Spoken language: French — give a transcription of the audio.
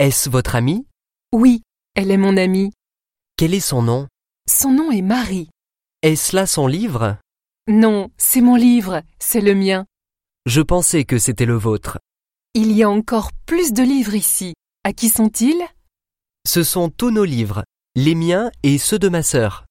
Est-ce votre amie? Oui, elle est mon amie. Quel est son nom? Son nom est Marie. Est-ce là son livre? Non, c'est mon livre, c'est le mien. Je pensais que c'était le vôtre. Il y a encore plus de livres ici. À qui sont-ils? Ce sont tous nos livres, les miens et ceux de ma sœur.